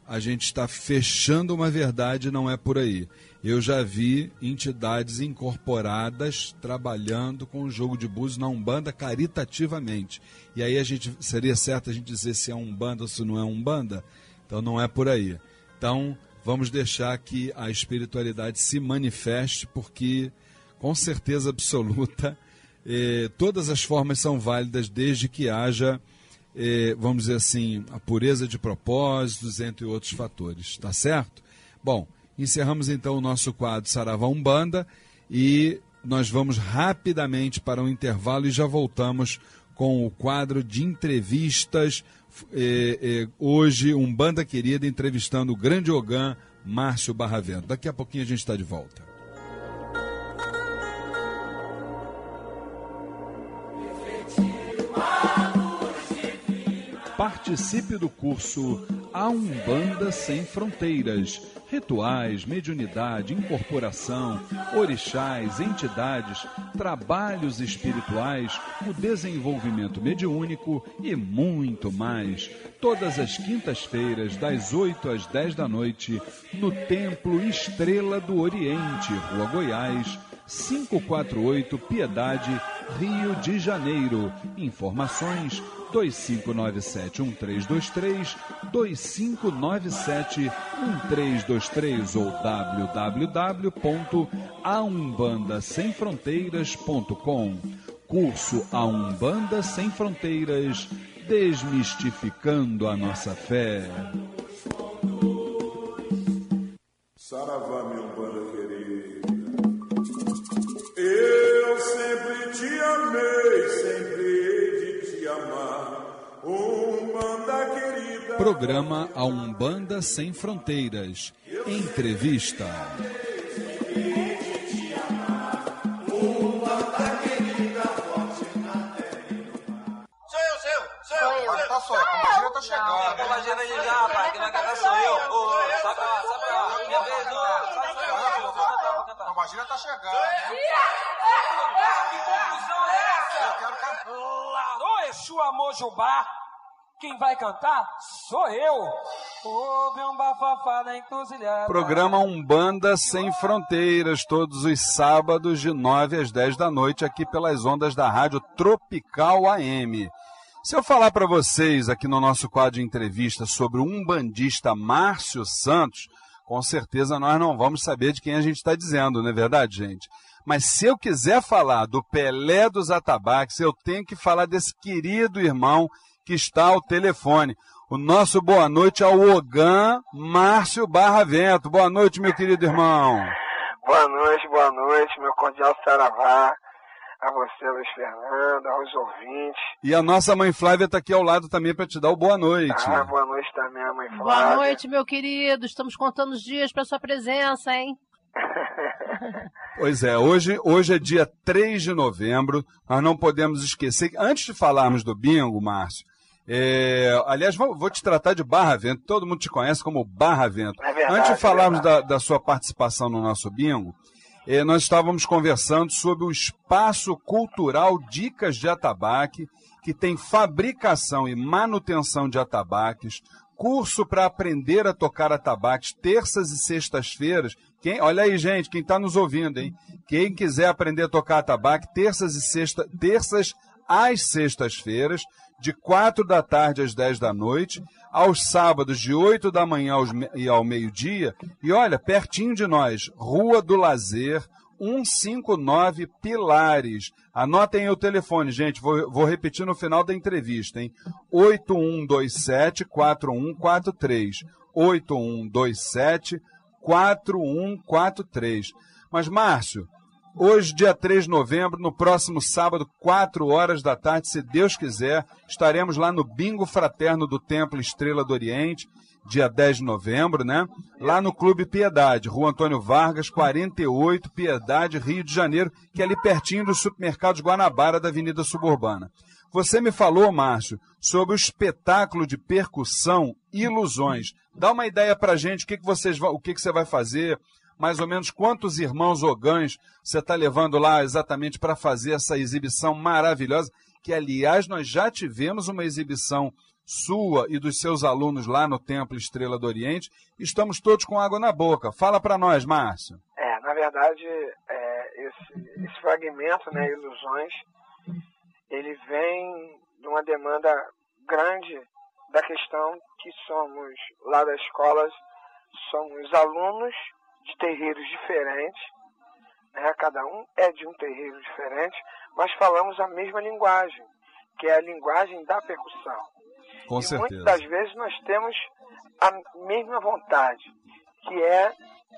a gente está fechando uma verdade, não é por aí. Eu já vi entidades incorporadas trabalhando com o jogo de búzios na Umbanda caritativamente. E aí seria certo a gente dizer se é Umbanda ou se não é Umbanda? Então não é por aí. Então vamos deixar que a espiritualidade se manifeste, porque com certeza absoluta todas as formas são válidas desde que haja, vamos dizer assim, a pureza de propósitos, entre outros fatores. Tá certo? Bom, encerramos então o nosso quadro Saravá Umbanda e nós vamos rapidamente para um intervalo e já voltamos com o quadro de entrevistas. Hoje, Umbanda Querida entrevistando o grande Ogã, Márcio Barravento. Daqui a pouquinho a gente está de volta. Participe do curso A Umbanda Sem Fronteiras. Rituais, mediunidade, incorporação, orixás, entidades, trabalhos espirituais, o desenvolvimento mediúnico e muito mais. Todas as quintas-feiras, das 8 às 10 da noite, no Templo Estrela do Oriente, Rua Goiás, 548, Piedade, Rio de Janeiro. Informações 2597-1323, 2597-1323 ou www.aumbandasemfronteiras.com. Curso A Umbanda Sem Fronteiras, desmistificando a nossa fé. Saravá, minha Umbanda querida, eu sempre te amei, sempre hei de te amar, Umbanda querida. Programa A Umbanda Sem Fronteiras. Entrevista. Sou eu. A pombagira tá chegando. A pombagira vem já, rapaz. Quem vai cantar sou eu. Sai pra lá. Minha vez, Vou cantar. A pombagira tá chegando. Que confusão é essa? Eu quero cantar. Larô, Exu, Amojubá. Quem vai cantar sou eu. Houve um bafafá na encruzilhada. Programa Umbanda Sem Fronteiras, todos os sábados de 9 às 10 da noite, aqui pelas ondas da Rádio Tropical AM. Se eu falar para vocês aqui no nosso quadro de entrevista sobre o umbandista Márcio Santos, com certeza nós não vamos saber de quem a gente está dizendo, não é verdade, gente? Mas se eu quiser falar do Pelé dos Atabaques, eu tenho que falar desse querido irmão que está ao telefone. O nosso boa noite ao Ogã Márcio Barravento. Boa noite, meu querido irmão. Boa noite, meu cordial saravá. A você, Luiz Fernando, aos ouvintes. E a nossa mãe Flávia está aqui ao lado também para te dar o boa noite. Boa noite também, a mãe Flávia. Boa noite, meu querido. Estamos contando os dias para sua presença, hein? Pois é, hoje é dia 3 de novembro. Nós não podemos esquecer. Antes de falarmos do bingo, Márcio, aliás, vou te tratar de Barravento. Todo mundo te conhece como Barravento. É verdade, antes de falarmos da sua participação no nosso bingo, nós estávamos conversando sobre o Espaço Cultural Dicas de Atabaque, que tem fabricação e manutenção de atabaques, curso para aprender a tocar atabaques, terças e sextas-feiras. Olha aí, gente, quem está nos ouvindo, hein? Quem quiser aprender a tocar atabaque, terças às sextas-feiras, de 4 da tarde às 10 da noite, aos sábados de 8 da manhã e ao meio-dia, e olha, pertinho de nós, Rua do Lazer, 159 Pilares. Anotem aí o telefone, gente, vou repetir no final da entrevista, hein? 8127-4143. 8127-4143. Mas, Márcio, hoje, dia 3 de novembro, no próximo sábado, 4 horas da tarde, se Deus quiser, estaremos lá no Bingo Fraterno do Templo Estrela do Oriente, dia 10 de novembro, né? Lá no Clube Piedade, Rua Antônio Vargas, 48, Piedade, Rio de Janeiro, que é ali pertinho dos supermercados Guanabara da Avenida Suburbana. Você me falou, Márcio, sobre o espetáculo de percussão Ilusões. Dá uma ideia pra gente, o que você vai fazer, mais ou menos quantos irmãos ogãs você está levando lá exatamente para fazer essa exibição maravilhosa, que, aliás, nós já tivemos uma exibição sua e dos seus alunos lá no Templo Estrela do Oriente, estamos todos com água na boca. Fala para nós, Márcio. Na verdade, esse fragmento, né, Ilusões, ele vem de uma demanda grande da questão que somos, lá da escola, somos alunos de terreiros diferentes, né? Cada um é de um terreiro diferente, mas falamos a mesma linguagem, que é a linguagem da percussão. Com certeza. Muitas vezes nós temos a mesma vontade, que é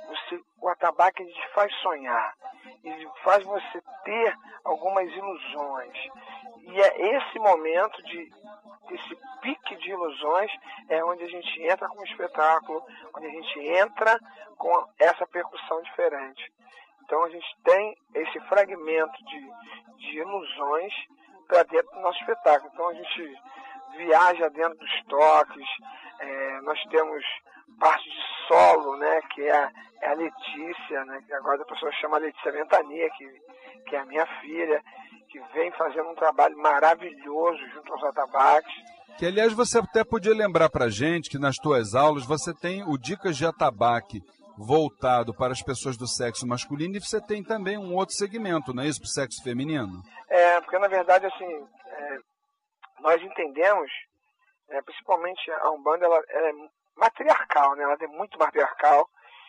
o atabaque te faz sonhar, e faz você ter algumas ilusões. E é esse momento esse pique de ilusões é onde a gente entra com o espetáculo, onde a gente entra com essa percussão diferente. Então a gente tem esse fragmento de ilusões para dentro do nosso espetáculo. Então a gente viaja dentro dos toques, nós temos parte de solo, né, que é a Letícia, né, que agora a pessoa chama Letícia Ventania, que é a minha filha, que vem fazendo um trabalho maravilhoso junto aos atabaques. Que, aliás, você até podia lembrar para a gente que nas tuas aulas você tem o Dicas de Atabaque voltado para as pessoas do sexo masculino e você tem também um outro segmento, não é isso, para o sexo feminino? Porque na verdade, assim, nós entendemos, principalmente a Umbanda, ela é matriarcal, né? Ela é muito matriarcal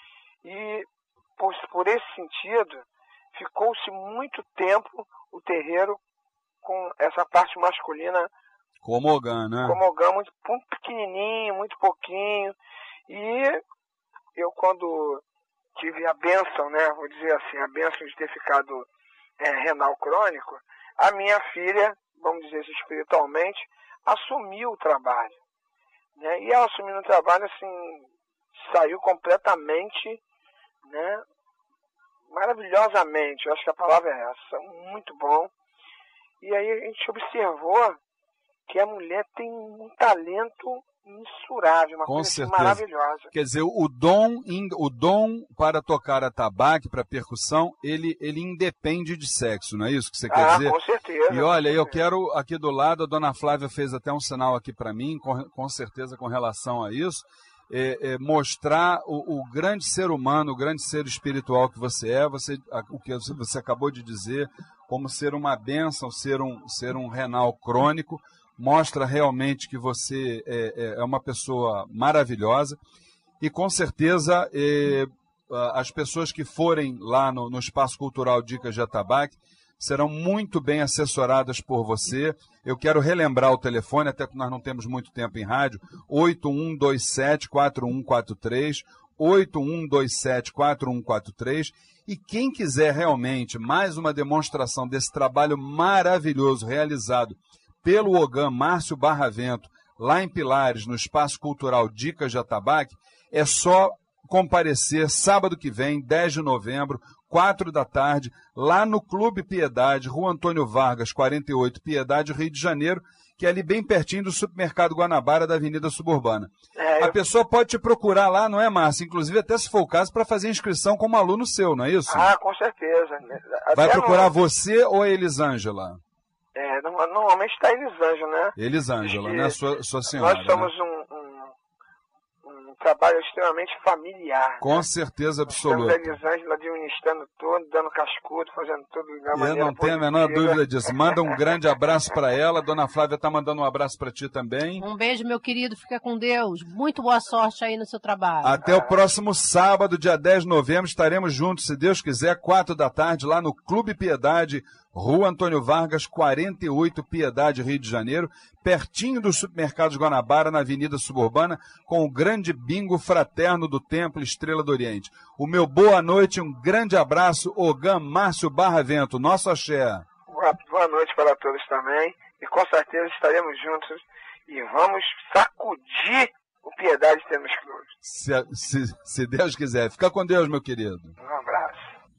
e por esse sentido ficou-se muito tempo o terreiro com essa parte masculina como Ogã, né? Como Ogã, muito pequenininho, muito pouquinho. E eu, quando tive a bênção, né, vou dizer assim, a bênção de ter ficado renal crônico, a minha filha, vamos dizer assim, espiritualmente, assumiu o trabalho. Né? E ela assumindo o trabalho, assim, saiu completamente, né, maravilhosamente, eu acho que a palavra é essa, muito bom. E aí a gente observou que a mulher tem um talento mensurável, uma coisa assim, maravilhosa. Quer dizer, o dom para tocar atabaque, para percussão, ele independe de sexo, não é isso que você quer dizer? Com certeza. E olha, eu quero, aqui do lado, a dona Flávia fez até um sinal aqui para mim, com certeza com relação a isso, mostrar o grande ser humano, o grande ser espiritual que você é, o que você acabou de dizer, como ser uma bênção, ser um renal crônico, mostra realmente que você é uma pessoa maravilhosa e com certeza as pessoas que forem lá no Espaço Cultural Dicas de Atabaque serão muito bem assessoradas por você. Eu quero relembrar o telefone, até porque nós não temos muito tempo em rádio, 8127-4143, 8127-4143. E quem quiser realmente mais uma demonstração desse trabalho maravilhoso realizado pelo Ogã Márcio Barravento, lá em Pilares, no Espaço Cultural Dicas de Atabaque, é só comparecer sábado que vem, 10 de novembro, 4 da tarde, lá no Clube Piedade, Rua Antônio Vargas, 48, Piedade, Rio de Janeiro, que é ali bem pertinho do Supermercado Guanabara da Avenida Suburbana. A pessoa pode te procurar lá, não é, Márcio? Inclusive, até se for o caso, para fazer inscrição como aluno seu, não é isso? Com certeza. Vai procurar você ou a Elisângela? Normalmente está Elisângela, né? Elisângela, né? Sua senhora. Nós somos um trabalho extremamente familiar. Com né? certeza absoluta. Temos a Elisângela administrando tudo, dando cascudo, fazendo tudo da maneira Eu não tenho a menor dúvida disso. Manda um grande abraço para ela. Dona Flávia está mandando um abraço para ti também. Um beijo, meu querido. Fica com Deus. Muito boa sorte aí no seu trabalho. Até o próximo sábado, dia 10 de novembro, estaremos juntos, se Deus quiser, 4 da tarde, lá no Clube Piedade, Rua Antônio Vargas, 48, Piedade, Rio de Janeiro, pertinho dos Supermercados Guanabara, na Avenida Suburbana, com o grande bingo fraterno do Templo Estrela do Oriente. O meu boa noite, um grande abraço, Ogã Márcio Barravento, nosso axé. Boa noite para todos também, e com certeza estaremos juntos e vamos sacudir o Piedade Tênis Clube. Se Deus quiser. Fica com Deus, meu querido. Um abraço.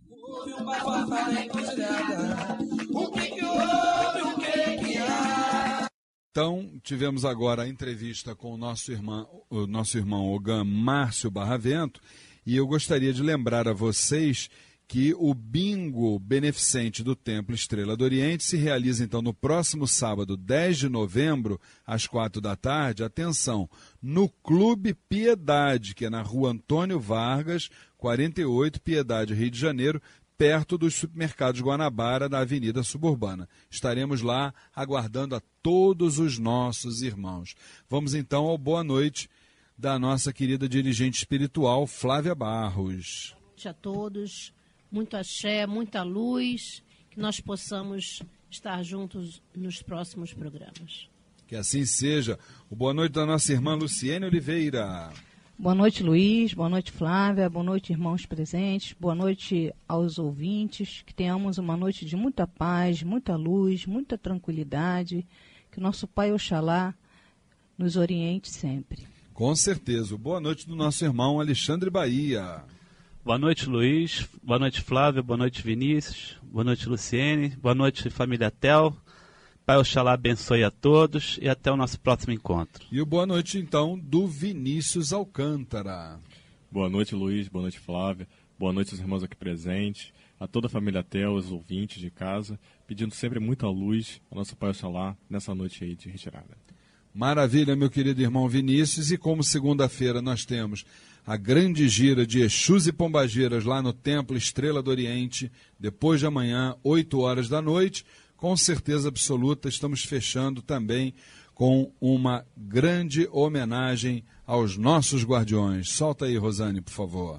Então, tivemos agora a entrevista com o nosso irmão Ogã Márcio Barravento, e eu gostaria de lembrar a vocês que o bingo beneficente do Templo Estrela do Oriente se realiza, então, no próximo sábado, 10 de novembro, às 4 da tarde, atenção, no Clube Piedade, que é na Rua Antônio Vargas, 48, Piedade, Rio de Janeiro, perto dos supermercados Guanabara, da Avenida Suburbana. Estaremos lá aguardando a todos os nossos irmãos. Vamos, então, ao boa noite da nossa querida dirigente espiritual, Flávia Barros. Boa noite a todos. Muito axé, muita luz, que nós possamos estar juntos nos próximos programas. Que assim seja. O boa noite da nossa irmã Luciene Oliveira. Boa noite, Luiz. Boa noite, Flávia. Boa noite, irmãos presentes. Boa noite aos ouvintes. Que tenhamos uma noite de muita paz, muita luz, muita tranquilidade. Que o nosso Pai Oxalá nos oriente sempre. Com certeza. Boa noite do nosso irmão Alexandre Bahia. Boa noite, Luiz. Boa noite, Flávia. Boa noite, Vinícius. Boa noite, Luciene. Boa noite, família Tel. Pai Oxalá abençoe a todos e até o nosso próximo encontro. E o boa noite, então, do Vinícius Alcântara. Boa noite, Luiz. Boa noite, Flávia. Boa noite aos irmãos aqui presentes, a toda a família Tel, os ouvintes de casa, pedindo sempre muita luz ao nosso Pai Oxalá nessa noite aí de retirada. Maravilha, meu querido irmão Vinícius. E como segunda-feira nós temos a grande gira de Exus e Pombagiras lá no Templo Estrela do Oriente, depois de amanhã, 8 horas da noite, com certeza absoluta, estamos fechando também com uma grande homenagem aos nossos guardiões. Solta aí, Rosane, por favor.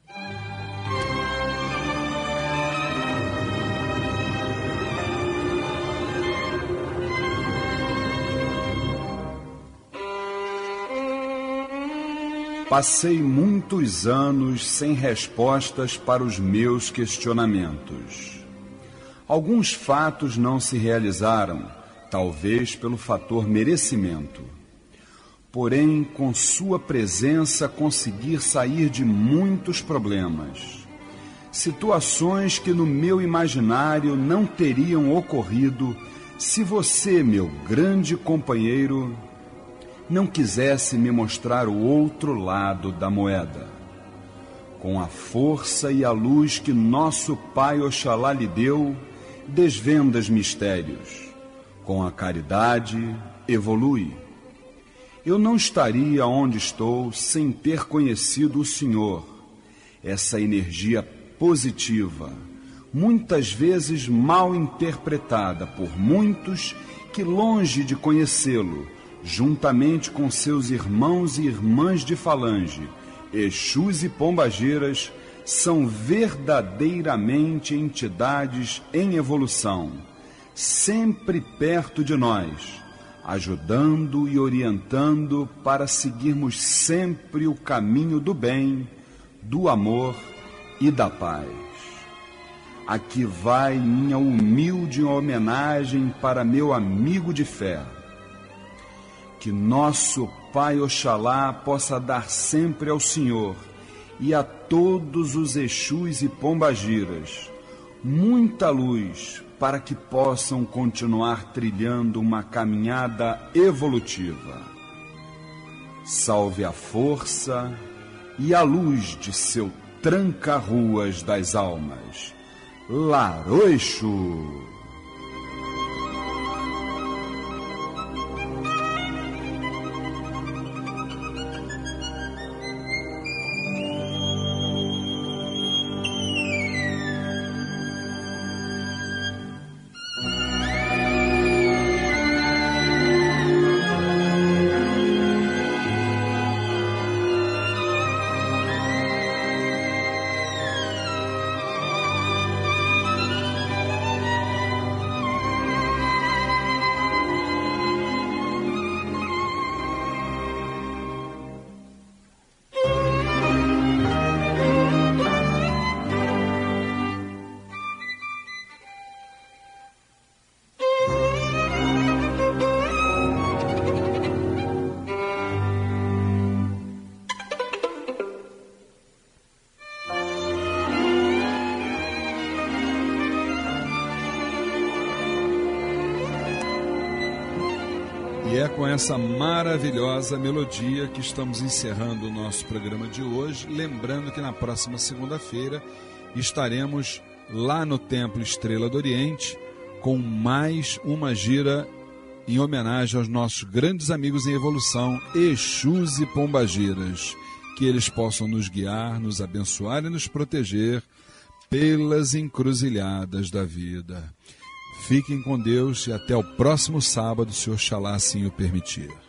Passei muitos anos sem respostas para os meus questionamentos. Alguns fatos não se realizaram, talvez pelo fator merecimento. Porém, com sua presença consegui sair de muitos problemas. Situações que no meu imaginário não teriam ocorrido se você, meu grande companheiro, não quisesse me mostrar o outro lado da moeda. Com a força e a luz que nosso Pai Oxalá lhe deu, desvenda os mistérios. Com a caridade, evolui. Eu não estaria onde estou sem ter conhecido o Senhor. Essa energia positiva, muitas vezes mal interpretada por muitos que, longe de conhecê-lo, juntamente com seus irmãos e irmãs de falange, Exus e Pombagiras, são verdadeiramente entidades em evolução, sempre perto de nós, ajudando e orientando para seguirmos sempre o caminho do bem, do amor e da paz. Aqui vai minha humilde homenagem para meu amigo de fé. Que nosso Pai Oxalá possa dar sempre ao Senhor e a todos os Exus e Pombagiras muita luz para que possam continuar trilhando uma caminhada evolutiva. Salve a força e a luz de seu tranca-ruas das almas. Laroixo! E é com essa maravilhosa melodia que estamos encerrando o nosso programa de hoje. Lembrando que na próxima segunda-feira estaremos lá no Templo Estrela do Oriente com mais uma gira em homenagem aos nossos grandes amigos em evolução, Exus e Pombagiras. Que eles possam nos guiar, nos abençoar e nos proteger pelas encruzilhadas da vida. Fiquem com Deus e até o próximo sábado, se Oxalá assim o permitir.